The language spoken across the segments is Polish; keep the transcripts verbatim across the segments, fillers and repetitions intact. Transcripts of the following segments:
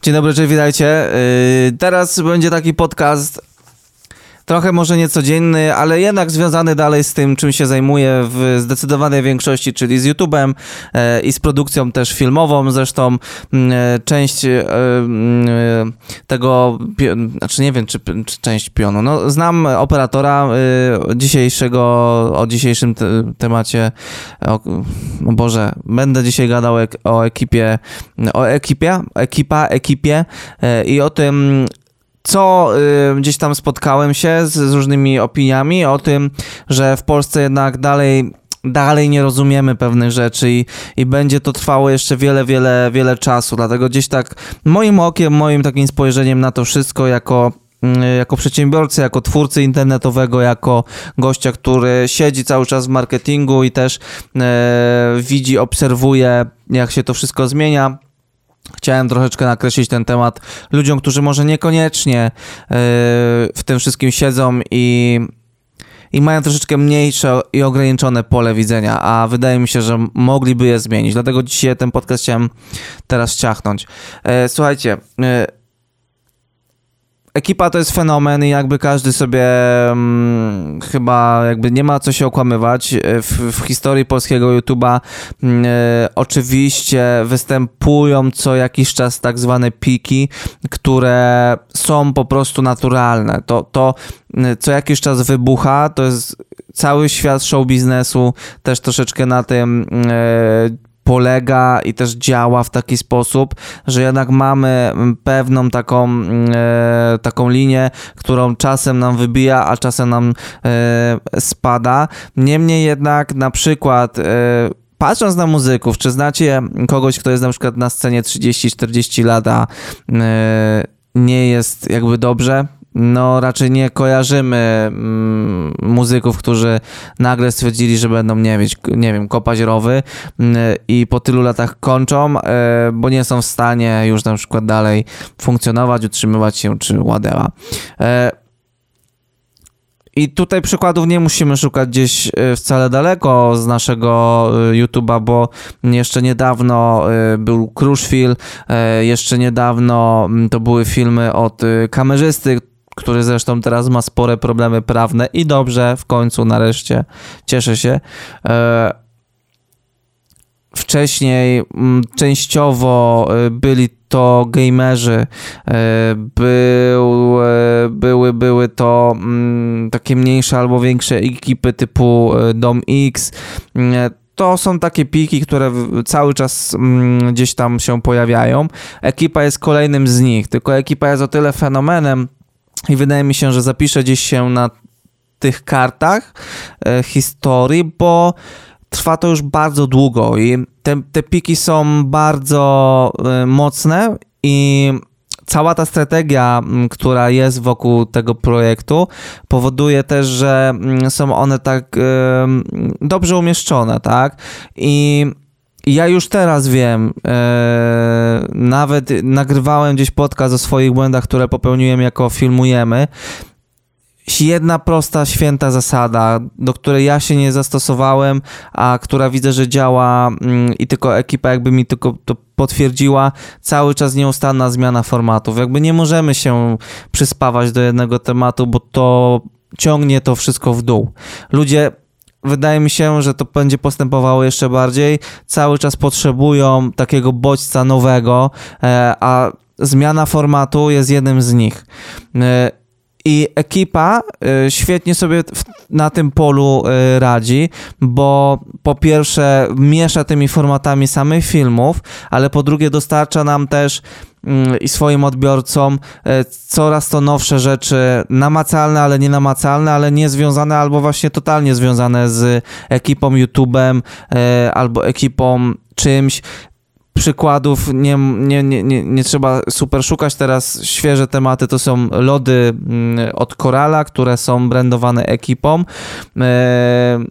Dzień dobry, cześć, witajcie. Yy, teraz będzie taki podcast trochę może niecodzienny, ale jednak związany dalej z tym, czym się zajmuję w zdecydowanej większości, czyli z YouTube'em e, i z produkcją też filmową. Zresztą e, część e, e, tego, znaczy nie wiem, czy, czy część pionu. No, znam operatora e, dzisiejszego, o dzisiejszym te, temacie. O, o Boże, będę dzisiaj gadał o ekipie, o ekipie, ekipa, ekipie e, i o tym, co y, gdzieś tam spotkałem się z, z różnymi opiniami o tym, że w Polsce jednak dalej, dalej nie rozumiemy pewnych rzeczy i, i będzie to trwało jeszcze wiele, wiele, wiele czasu. Dlatego gdzieś tak moim okiem, moim takim spojrzeniem na to wszystko jako jako przedsiębiorcy, jako twórcy internetowego, jako gościa, który siedzi cały czas w marketingu i też e, widzi, obserwuje, jak się to wszystko zmienia. Chciałem troszeczkę nakreślić ten temat ludziom, którzy może niekoniecznie yy, w tym wszystkim siedzą i, i mają troszeczkę mniejsze i ograniczone pole widzenia, a wydaje mi się, że mogliby je zmienić. Dlatego dzisiaj ten podcast chciałem teraz ciachnąć. Yy, słuchajcie, yy, ekipa to jest fenomen i jakby każdy sobie hmm, chyba jakby nie ma co się okłamywać. W, w historii polskiego YouTube'a hmm, oczywiście występują co jakiś czas tak zwane piki, które są po prostu naturalne. To, to co jakiś czas wybucha, to jest cały świat show biznesu też troszeczkę na tym hmm, polega i też działa w taki sposób, że jednak mamy pewną taką, e, taką linię, którą czasem nam wybija, a czasem nam e, spada. Niemniej jednak na przykład e, patrząc na muzyków, czy znacie kogoś, kto jest na przykład na scenie trzydzieści czterdzieści lat, a e, nie jest jakby dobrze? No raczej nie kojarzymy mm, muzyków, którzy nagle stwierdzili, że będą, nie wiem, nie wiem kopać rowy mm, i po tylu latach kończą, e, bo nie są w stanie już na przykład dalej funkcjonować, utrzymywać się czy whatever. E, I tutaj przykładów nie musimy szukać gdzieś wcale daleko z naszego YouTube'a, bo jeszcze niedawno był Kruszwil, jeszcze niedawno to były filmy od kamerzysty, który zresztą teraz ma spore problemy prawne i dobrze, w końcu, nareszcie, cieszę się. Wcześniej częściowo byli to gamerzy, był, były, były to takie mniejsze albo większe ekipy typu Dom X. To są takie piki, które cały czas gdzieś tam się pojawiają. Ekipa jest kolejnym z nich, tylko ekipa jest o tyle fenomenem i wydaje mi się, że zapisze gdzieś się na tych kartach historii, bo trwa to już bardzo długo i te, te piki są bardzo y, mocne i cała ta strategia, która jest wokół tego projektu, powoduje też, że są one tak y, dobrze umieszczone, tak? I ja już teraz wiem, e, nawet nagrywałem gdzieś podcast o swoich błędach, które popełniłem jako filmujemy. Jedna prosta, święta zasada, do której ja się nie zastosowałem, a która widzę, że działa mm, i tylko ekipa jakby mi tylko to potwierdziła, cały czas nieustanna zmiana formatów. Jakby nie możemy się przyspawać do jednego tematu, bo to ciągnie to wszystko w dół. Ludzie, wydaje mi się, że to będzie postępowało jeszcze bardziej, cały czas potrzebują takiego bodźca nowego, e, a zmiana formatu jest jednym z nich. E, I ekipa y, świetnie sobie w, na tym polu y, radzi, bo po pierwsze miesza tymi formatami samych filmów, ale po drugie dostarcza nam też y, i swoim odbiorcom y, coraz to nowsze rzeczy namacalne, ale nie namacalne, ale nie związane albo właśnie totalnie związane z ekipą YouTube'em y, albo ekipą czymś. Przykładów nie, nie, nie, nie, nie trzeba super szukać. Teraz świeże tematy to są lody od Corala, które są brandowane ekipą.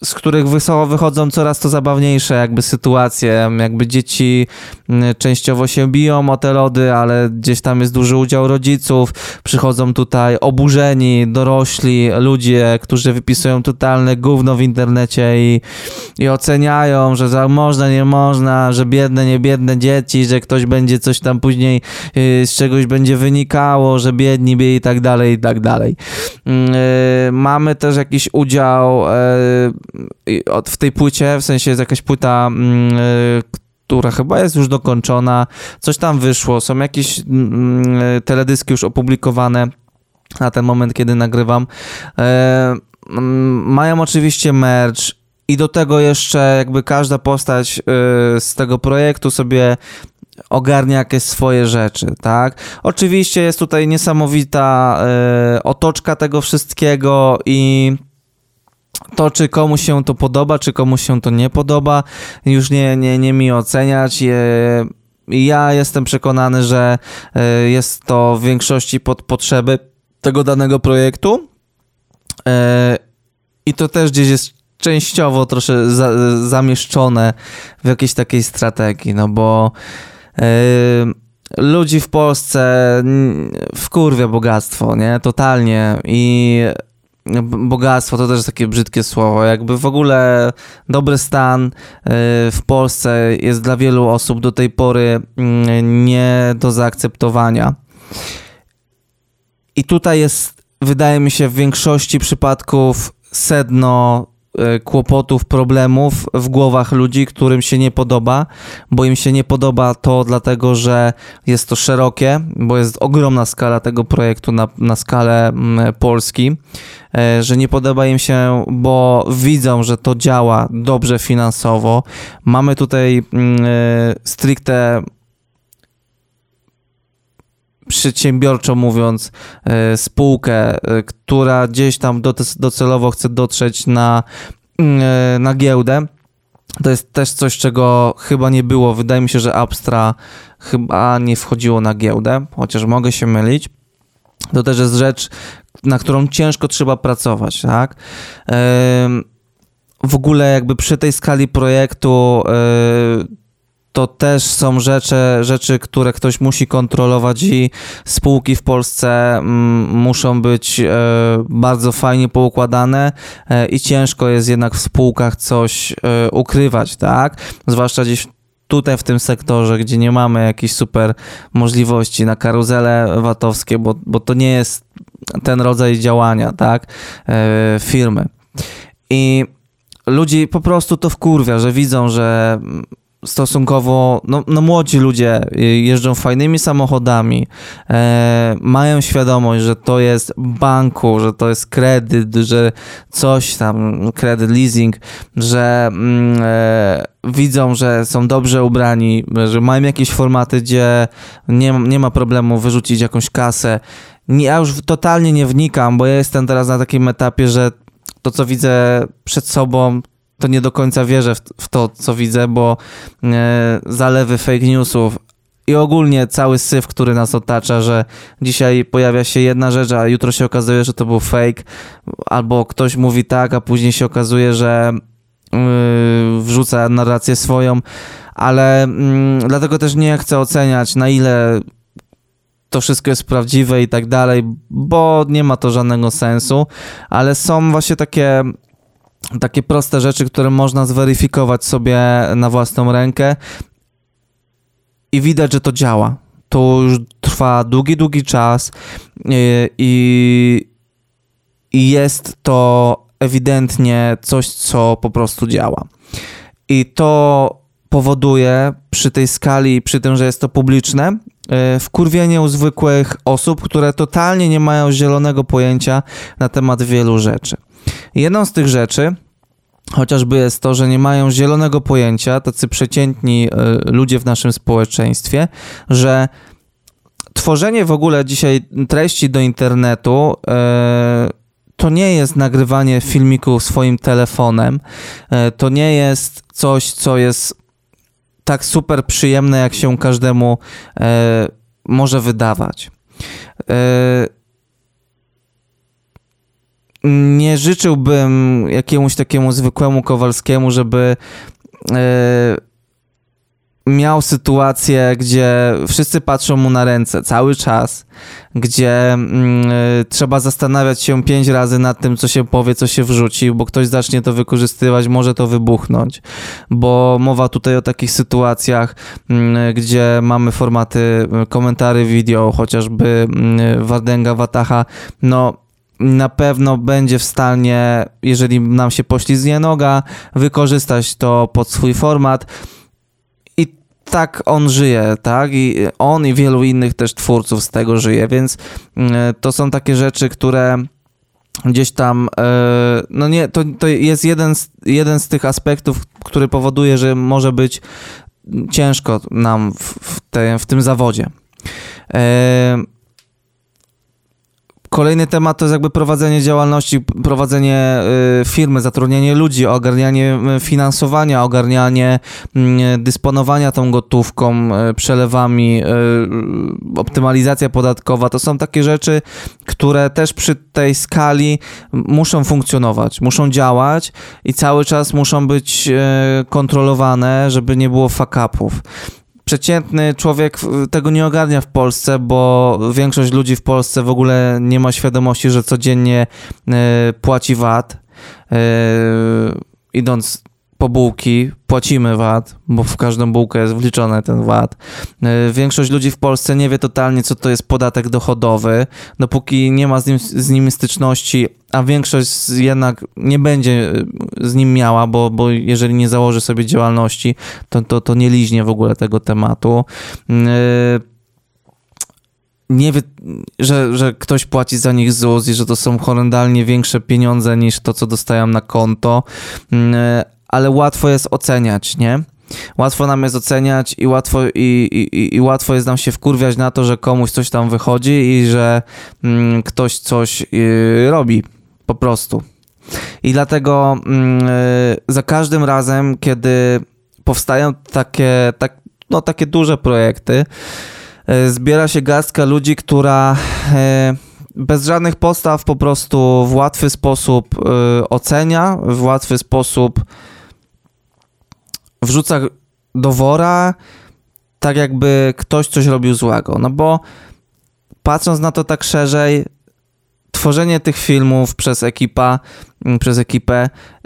z których wychodzą coraz to zabawniejsze jakby sytuacje, jakby dzieci częściowo się biją o te lody, ale gdzieś tam jest duży udział rodziców, przychodzą tutaj oburzeni, dorośli ludzie, którzy wypisują totalne gówno w internecie i, i oceniają, że za można, nie można, że biedne, nie biedne dzieci, że ktoś będzie coś tam później yy, z czegoś będzie wynikało, że biedni, biedni i tak dalej, i tak dalej. Yy, mamy też jakiś udział yy, w tej płycie, w sensie jest jakaś płyta, yy, która chyba jest już dokończona, coś tam wyszło, są jakieś yy, teledyski już opublikowane na ten moment, kiedy nagrywam. Yy, mają oczywiście merch i do tego jeszcze jakby każda postać yy, z tego projektu sobie ogarnia jakieś swoje rzeczy, tak? Oczywiście jest tutaj niesamowita y, otoczka tego wszystkiego i to, czy komuś się to podoba, czy komuś się to nie podoba, już nie, nie, nie mi oceniać. Je, ja jestem przekonany, że y, jest to w większości pod potrzeby tego danego projektu y, i to też gdzieś jest częściowo troszkę za, zamieszczone w jakiejś takiej strategii, no bo Yy, ludzi w Polsce wkurwia bogactwo, nie? Totalnie. I bogactwo to też jest takie brzydkie słowo. Jakby w ogóle dobry stan yy, w Polsce jest dla wielu osób do tej pory yy, nie do zaakceptowania. I tutaj jest, wydaje mi się, w większości przypadków sedno kłopotów, problemów w głowach ludzi, którym się nie podoba, bo im się nie podoba to dlatego, że jest to szerokie, bo jest ogromna skala tego projektu na, na skalę Polski, że nie podoba im się, bo widzą, że to działa dobrze finansowo. Mamy tutaj stricte przedsiębiorczo mówiąc, spółkę, która gdzieś tam docelowo chce dotrzeć na, na giełdę. To jest też coś, czego chyba nie było. Wydaje mi się, że Apstra chyba nie wchodziło na giełdę, chociaż mogę się mylić. To też jest rzecz, na którą ciężko trzeba pracować, tak? W ogóle jakby przy tej skali projektu to też są rzeczy, rzeczy, które ktoś musi kontrolować i spółki w Polsce m, muszą być e, bardzo fajnie poukładane e, i ciężko jest jednak w spółkach coś e, ukrywać, tak? Zwłaszcza gdzieś tutaj w tym sektorze, gdzie nie mamy jakichś super możliwości na karuzele VAT-owskie, bo, bo to nie jest ten rodzaj działania, tak? E, firmy. I ludzi po prostu to wkurwia, że widzą, że stosunkowo, no, no młodzi ludzie jeżdżą fajnymi samochodami, e, mają świadomość, że to jest banku, że to jest kredyt, że coś tam, kredyt, leasing, że mm, e, widzą, że są dobrze ubrani, że mają jakieś formaty, gdzie nie, nie ma problemu wyrzucić jakąś kasę. Nie, ja już totalnie nie wnikam, bo ja jestem teraz na takim etapie, że to, co widzę przed sobą, to nie do końca wierzę w, w to, co widzę, bo e, zalewy fake newsów i ogólnie cały syf, który nas otacza, że dzisiaj pojawia się jedna rzecz, a jutro się okazuje, że to był fake, albo ktoś mówi tak, a później się okazuje, że yy, wrzuca narrację swoją, ale yy, dlatego też nie chcę oceniać, na ile to wszystko jest prawdziwe i tak dalej, bo nie ma to żadnego sensu, ale są właśnie takie takie proste rzeczy, które można zweryfikować sobie na własną rękę i widać, że to działa. To już trwa długi, długi czas i, i jest to ewidentnie coś, co po prostu działa. I to powoduje przy tej skali, przy tym, że jest to publiczne, wkurwienie u zwykłych osób, które totalnie nie mają zielonego pojęcia na temat wielu rzeczy. Jedną z tych rzeczy chociażby jest to, że nie mają zielonego pojęcia, tacy przeciętni y, ludzie w naszym społeczeństwie, że tworzenie w ogóle dzisiaj treści do internetu y, to nie jest nagrywanie filmiku swoim telefonem, y, to nie jest coś, co jest tak super przyjemne, jak się każdemu y, może wydawać. Y, nie życzyłbym jakiemuś takiemu zwykłemu Kowalskiemu, żeby yy, miał sytuację, gdzie wszyscy patrzą mu na ręce cały czas, gdzie y, trzeba zastanawiać się pięć razy nad tym, co się powie, co się wrzuci, bo ktoś zacznie to wykorzystywać, może to wybuchnąć, bo mowa tutaj o takich sytuacjach, y, gdzie mamy formaty komentarzy wideo, chociażby y, Wardęga, Wataha, no na pewno będzie w stanie, jeżeli nam się poślizgnie noga, wykorzystać to pod swój format. Tak on żyje, tak? I on i wielu innych też twórców z tego żyje, więc to są takie rzeczy, które gdzieś tam, no nie, to, to jest jeden z, jeden z tych aspektów, który powoduje, że może być ciężko nam w, w, te, w tym zawodzie. Kolejny temat to jest jakby prowadzenie działalności, prowadzenie y, firmy, zatrudnienie ludzi, ogarnianie finansowania, ogarnianie y, dysponowania tą gotówką, y, przelewami, y, optymalizacja podatkowa. To są takie rzeczy, które też przy tej skali muszą funkcjonować, muszą działać i cały czas muszą być y, kontrolowane, żeby nie było fuck-upów. Przeciętny człowiek tego nie ogarnia w Polsce, bo większość ludzi w Polsce w ogóle nie ma świadomości, że codziennie y, płaci V A T. Y, idąc po bułki, płacimy V A T, bo w każdą bułkę jest wliczony ten V A T. Y, większość ludzi w Polsce nie wie totalnie, co to jest podatek dochodowy, dopóki nie ma z nim, z nim styczności, a większość jednak nie będzie z nim miała, bo, bo jeżeli nie założy sobie działalności, to, to, to nie liźnie w ogóle tego tematu. Yy, nie wie, że, że ktoś płaci za nich Z U S i że to są horrendalnie większe pieniądze niż to, co dostają na konto, yy, ale łatwo jest oceniać, nie? Łatwo nam jest oceniać i łatwo, i, i, i łatwo jest nam się wkurwiać na to, że komuś coś tam wychodzi i że mm, ktoś coś yy, robi. Po prostu. I dlatego mm, za każdym razem, kiedy powstają takie, tak, no, takie duże projekty, y, zbiera się garstka ludzi, która y, bez żadnych postaw po prostu w łatwy sposób y, ocenia, w łatwy sposób wrzuca do wora, tak jakby ktoś coś robił złego. No bo patrząc na to tak szerzej, tworzenie tych filmów przez ekipa, przez ekipę,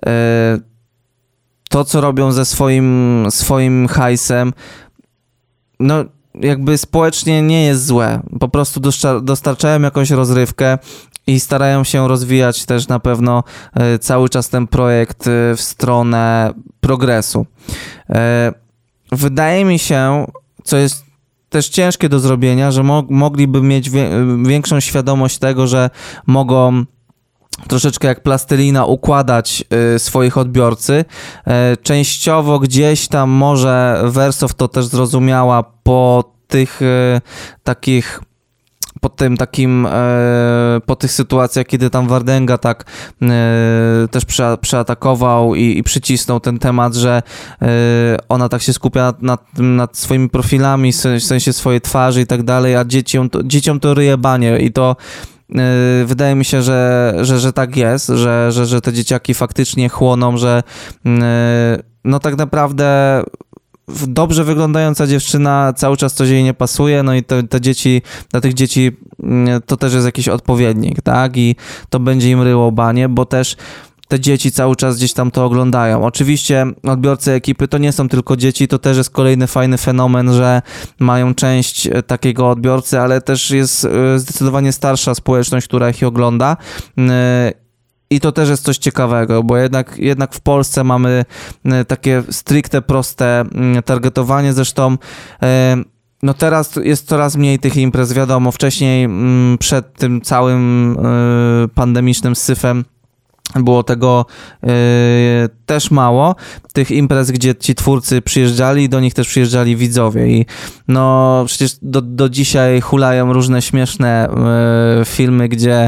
to co robią ze swoim, swoim hajsem, no jakby społecznie nie jest złe. Po prostu dostarczają jakąś rozrywkę i starają się rozwijać też na pewno cały czas ten projekt w stronę progresu. Wydaje mi się, co jest też ciężkie do zrobienia, że mo- mogliby mieć wie- większą świadomość tego, że mogą troszeczkę jak plastelina układać y, swoich odbiorcy. Y, częściowo gdzieś tam może Wersow to też zrozumiała po tych y, takich po tym takim, e, po tych sytuacjach, kiedy tam Wardęga tak e, też prze, przeatakował i, i przycisnął ten temat, że e, ona tak się skupia nad, nad swoimi profilami, w sensie swojej twarzy i tak dalej, a dzieciom to, dzieciom to ryje banie i to e, wydaje mi się, że, że, że tak jest, że, że, że te dzieciaki faktycznie chłoną, że e, no tak naprawdę dobrze wyglądająca dziewczyna, cały czas coś jej nie pasuje, no i te, te dzieci, dla tych dzieci to też jest jakiś odpowiednik, tak? I to będzie im ryło banie, bo też te dzieci cały czas gdzieś tam to oglądają. Oczywiście odbiorcy ekipy to nie są tylko dzieci, to też jest kolejny fajny fenomen, że mają część takiego odbiorcy, ale też jest zdecydowanie starsza społeczność, która ich ogląda. I to też jest coś ciekawego, bo jednak, jednak w Polsce mamy takie stricte proste targetowanie, zresztą no teraz jest coraz mniej tych imprez, wiadomo, wcześniej przed tym całym pandemicznym syfem było tego y, też mało, tych imprez, gdzie ci twórcy przyjeżdżali i do nich też przyjeżdżali widzowie i no przecież do, do dzisiaj hulają różne śmieszne y, filmy, gdzie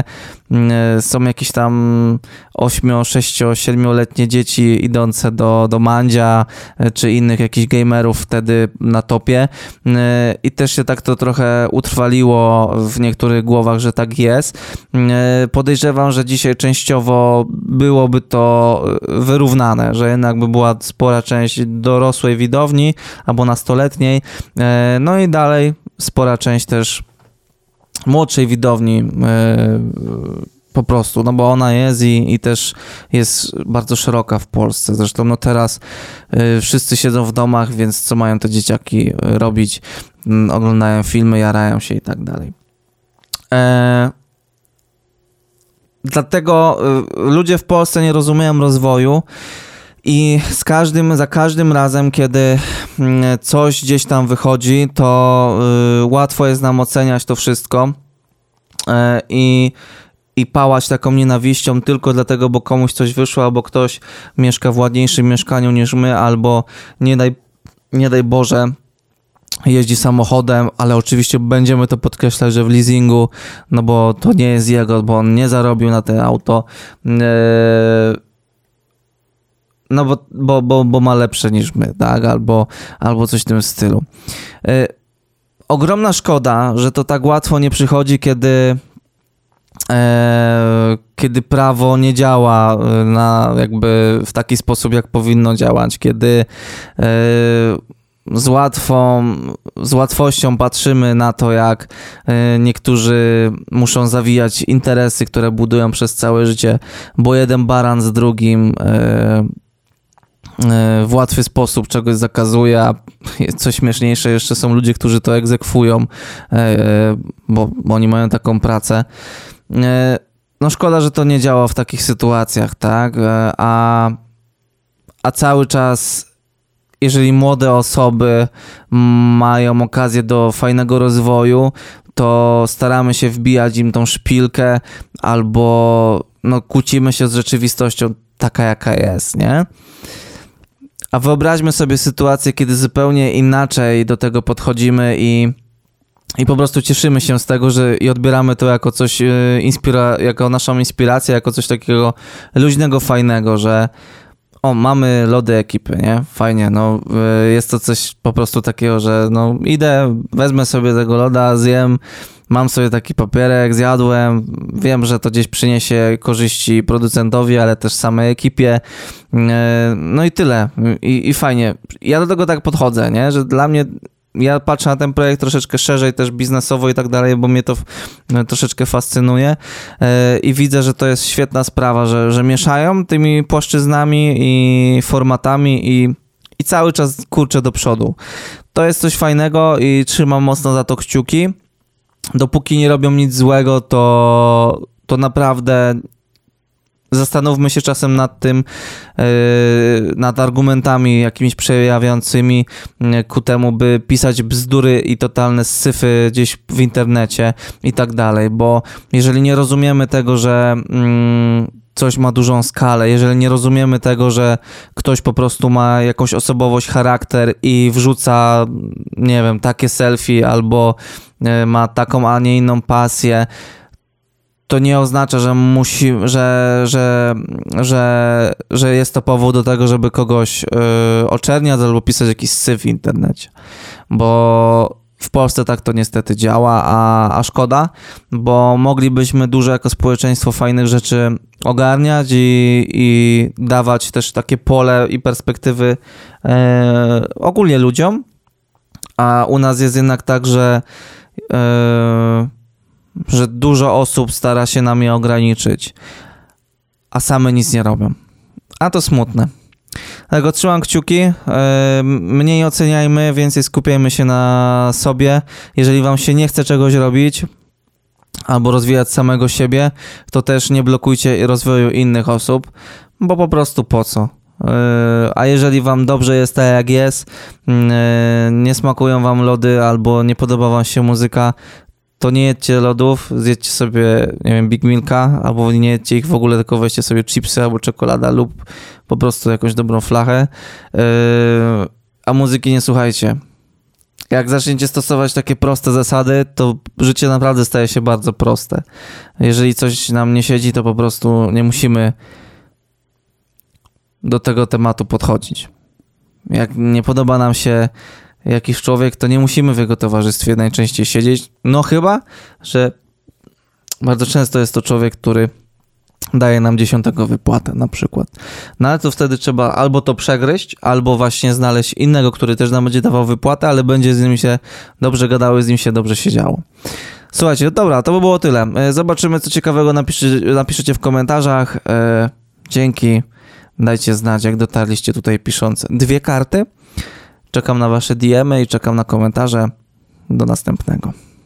są jakieś tam ośmiu, sześciu, siedmioletnie dzieci idące do, do Mandzia czy innych jakichś gamerów wtedy na topie i też się tak to trochę utrwaliło w niektórych głowach, że tak jest. Podejrzewam, że dzisiaj częściowo byłoby to wyrównane, że jednak by była spora część dorosłej widowni albo nastoletniej, no i dalej spora część też młodszej widowni po prostu, no bo ona jest i, i też jest bardzo szeroka w Polsce. Zresztą no teraz wszyscy siedzą w domach, więc co mają te dzieciaki robić? Oglądają filmy, jarają się i tak dalej. E... Dlatego ludzie w Polsce nie rozumieją rozwoju i z każdym, za każdym razem, kiedy coś gdzieś tam wychodzi, to łatwo jest nam oceniać to wszystko i, i pałać taką nienawiścią tylko dlatego, bo komuś coś wyszło, albo ktoś mieszka w ładniejszym mieszkaniu niż my, albo nie daj, nie daj Boże jeździ samochodem, ale oczywiście będziemy to podkreślać, że w leasingu, no bo to nie jest jego, bo on nie zarobił na to auto, no bo, bo, bo, bo ma lepsze niż my, tak, albo, albo coś w tym stylu. Ogromna szkoda, że to tak łatwo nie przychodzi, kiedy kiedy prawo nie działa na jakby w taki sposób, jak powinno działać, kiedy z łatwą, z łatwością patrzymy na to, jak niektórzy muszą zawijać interesy, które budują przez całe życie, bo jeden baran z drugim w łatwy sposób czegoś zakazuje, a co śmieszniejsze, jeszcze są ludzie, którzy to egzekwują, bo, bo oni mają taką pracę. No szkoda, że to nie działa w takich sytuacjach, tak? A, a cały czas, jeżeli młode osoby mają okazję do fajnego rozwoju, to staramy się wbijać im tą szpilkę albo no, kłócimy się z rzeczywistością taka, jaka jest, nie? A wyobraźmy sobie sytuację, kiedy zupełnie inaczej do tego podchodzimy i, i po prostu cieszymy się z tego, że i odbieramy to jako coś, inspira- jako naszą inspirację, jako coś takiego luźnego, fajnego, że o, mamy lody ekipy, nie? Fajnie, no jest to coś po prostu takiego, że no idę, wezmę sobie tego loda, zjem, mam sobie taki papierek, zjadłem, wiem, że to gdzieś przyniesie korzyści producentowi, ale też samej ekipie, no i tyle. I, i fajnie. Ja do tego tak podchodzę, nie? Że dla mnie, ja patrzę na ten projekt troszeczkę szerzej, też biznesowo i tak dalej, bo mnie to troszeczkę fascynuje i widzę, że to jest świetna sprawa, że, że mieszają tymi płaszczyznami i formatami i, i cały czas kurczę do przodu. To jest coś fajnego i trzymam mocno za to kciuki. Dopóki nie robią nic złego, to, to naprawdę zastanówmy się czasem nad tym, yy, nad argumentami jakimiś przejawiającymi ku temu, by pisać bzdury i totalne syfy gdzieś w internecie i tak dalej, bo jeżeli nie rozumiemy tego, że mm, coś ma dużą skalę, jeżeli nie rozumiemy tego, że ktoś po prostu ma jakąś osobowość, charakter i wrzuca, nie wiem, takie selfie albo ma taką, a nie inną pasję, to nie oznacza, że musi, że, że, że, że jest to powód do tego, żeby kogoś yy, oczerniać albo pisać jakiś syf w internecie. Bo w Polsce tak to niestety działa, a, a szkoda, bo moglibyśmy dużo jako społeczeństwo fajnych rzeczy ogarniać i, i dawać też takie pole i perspektywy yy, ogólnie ludziom, a u nas jest jednak tak, że yy, że dużo osób stara się nam je ograniczyć, a same nic nie robią. A to smutne. Dlatego trzymam kciuki, mniej oceniajmy, więcej skupiajmy się na sobie. Jeżeli wam się nie chce czegoś robić albo rozwijać samego siebie, to też nie blokujcie rozwoju innych osób, bo po prostu po co? A jeżeli wam dobrze jest tak jak jest, nie smakują wam lody albo nie podoba wam się muzyka, to nie jedźcie lodów, zjedźcie sobie, nie wiem, Big Milka, albo nie jedźcie ich w ogóle, tylko weźcie sobie chipsy albo czekolada lub po prostu jakąś dobrą flachę, yy, a muzyki nie słuchajcie. Jak zaczniecie stosować takie proste zasady, to życie naprawdę staje się bardzo proste. Jeżeli coś nam nie siedzi, to po prostu nie musimy do tego tematu podchodzić. Jak nie podoba nam się jakiś człowiek, to nie musimy w jego towarzystwie najczęściej siedzieć. No chyba, że bardzo często jest to człowiek, który daje nam dziesiątego wypłatę na przykład. No ale to wtedy trzeba albo to przegryźć, albo właśnie znaleźć innego, który też nam będzie dawał wypłatę, ale będzie z nim się dobrze gadało, z nim się dobrze siedziało. Słuchajcie, dobra, to by było tyle. Zobaczymy, co ciekawego napiszy, napiszecie w komentarzach. Dzięki. Dajcie znać, jak dotarliście tutaj pisząc dwie karty. Czekam na wasze D M y i czekam na komentarze. Do następnego.